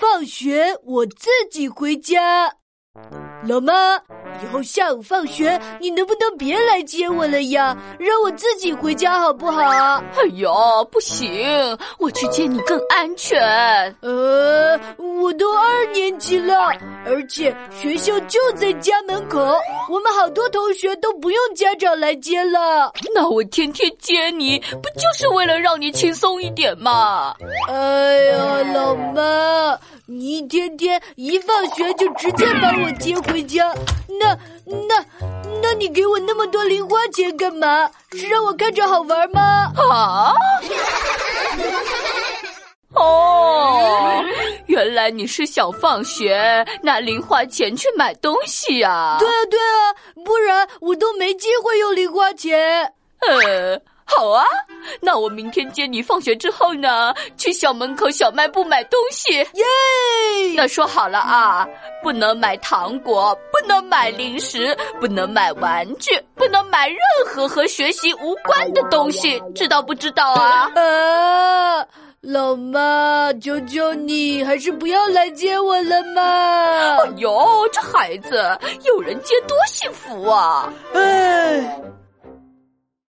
放学我自己回家。老妈，以后下午放学你能不能别来接我了呀？让我自己回家好不好？ 哎呦，不行，我去接你更安全。 我都2年级了，而且学校就在家门口，我们好多同学都不用家长来接了。 那我天天接你，不就是为了让你轻松一点吗？ 哎呀，老妈，你一天天一放学就直接把我接回家，那你给我那么多零花钱干嘛？是让我看着好玩吗？ 啊？哦，原来你是想放学拿零花钱去买东西啊？ 对啊，不然我都没机会用零花钱。 好啊，那我明天接你放学之后呢，去校门口小卖部买东西。 耶！ 那说好了啊，不能买糖果，不能买零食，不能买玩具，不能买任何和学习无关的东西，知道不知道啊？ 老妈，求求你，还是不要来接我了嘛！ 哎呦，这孩子有人接多幸福啊！ 哎。